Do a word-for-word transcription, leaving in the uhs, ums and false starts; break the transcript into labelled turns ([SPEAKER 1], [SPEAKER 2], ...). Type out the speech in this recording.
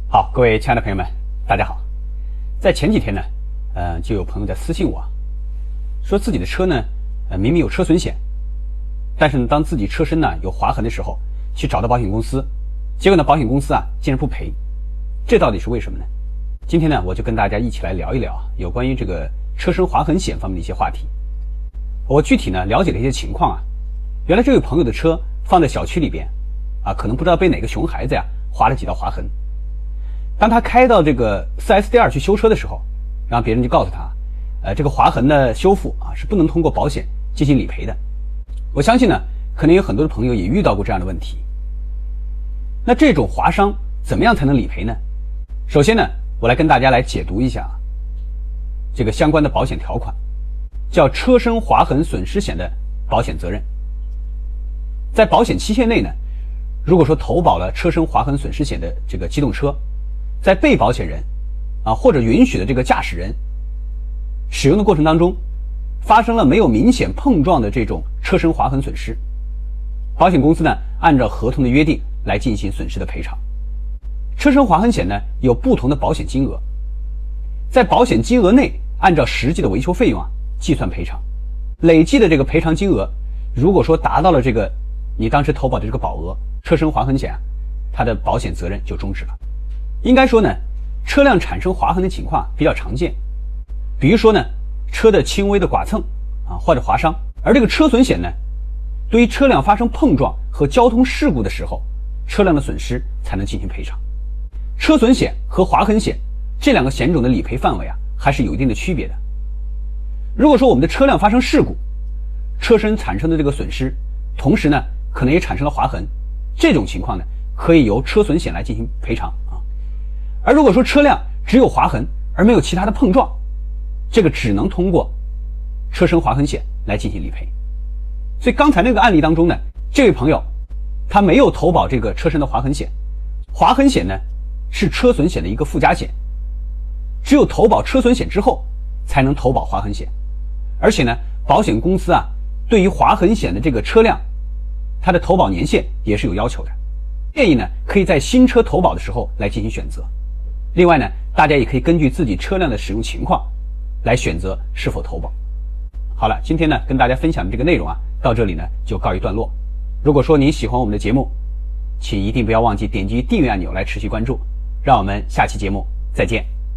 [SPEAKER 1] 好，各位亲爱的朋友们，大家好。在前几天呢，呃，就有朋友在私信我，说自己的车呢，呃，明明有车损险，但是呢，当自己车身呢有划痕的时候，去找到保险公司，结果呢，保险公司啊竟然不赔，这到底是为什么呢？今天呢，我就跟大家一起来聊一聊有关于这个车身划痕险方面的一些话题。我具体呢了解了一些情况啊，原来这位朋友的车放在小区里边，啊，可能不知道被哪个熊孩子呀划了几道划痕。当他开到这个 四 S 店去修车的时候，然后别人就告诉他，呃，这个划痕的修复啊是不能通过保险进行理赔的。我相信呢，可能有很多的朋友也遇到过这样的问题。那这种划伤怎么样才能理赔呢？首先呢，我来跟大家来解读一下这个相关的保险条款，叫车身划痕损失险的保险责任。在保险期限内呢，如果说投保了车身划痕损失险的这个机动车，在被保险人啊或者允许的这个驾驶人使用的过程当中，发生了没有明显碰撞的这种车身划痕损失，保险公司呢按照合同的约定来进行损失的赔偿。车身划痕险呢有不同的保险金额，在保险金额内按照实际的维修费用啊计算赔偿，累计的这个赔偿金额，如果说达到了这个你当时投保的这个保额，车身划痕险啊它的保险责任就终止了。应该说呢，车辆产生划痕的情况比较常见，比如说呢，车的轻微的剐蹭啊或者划伤，而这个车损险呢，对于车辆发生碰撞和交通事故的时候，车辆的损失才能进行赔偿。车损险和划痕险这两个险种的理赔范围啊，还是有一定的区别的。如果说我们的车辆发生事故，车身产生的这个损失，同时呢，可能也产生了划痕，这种情况呢，可以由车损险来进行赔偿啊。而如果说车辆只有划痕而没有其他的碰撞，这个只能通过车身划痕险来进行理赔。所以刚才那个案例当中呢，这位朋友他没有投保这个车身的划痕险，划痕险呢是车损险的一个附加险，只有投保车损险之后才能投保划痕险。而且呢，保险公司啊对于划痕险的这个车辆，它的投保年限也是有要求的，建议呢可以在新车投保的时候来进行选择。另外呢，大家也可以根据自己车辆的使用情况来选择是否投保。好了，今天呢跟大家分享的这个内容啊，到这里呢就告一段落。如果说您喜欢我们的节目，请一定不要忘记点击订阅按钮来持续关注。让我们下期节目再见。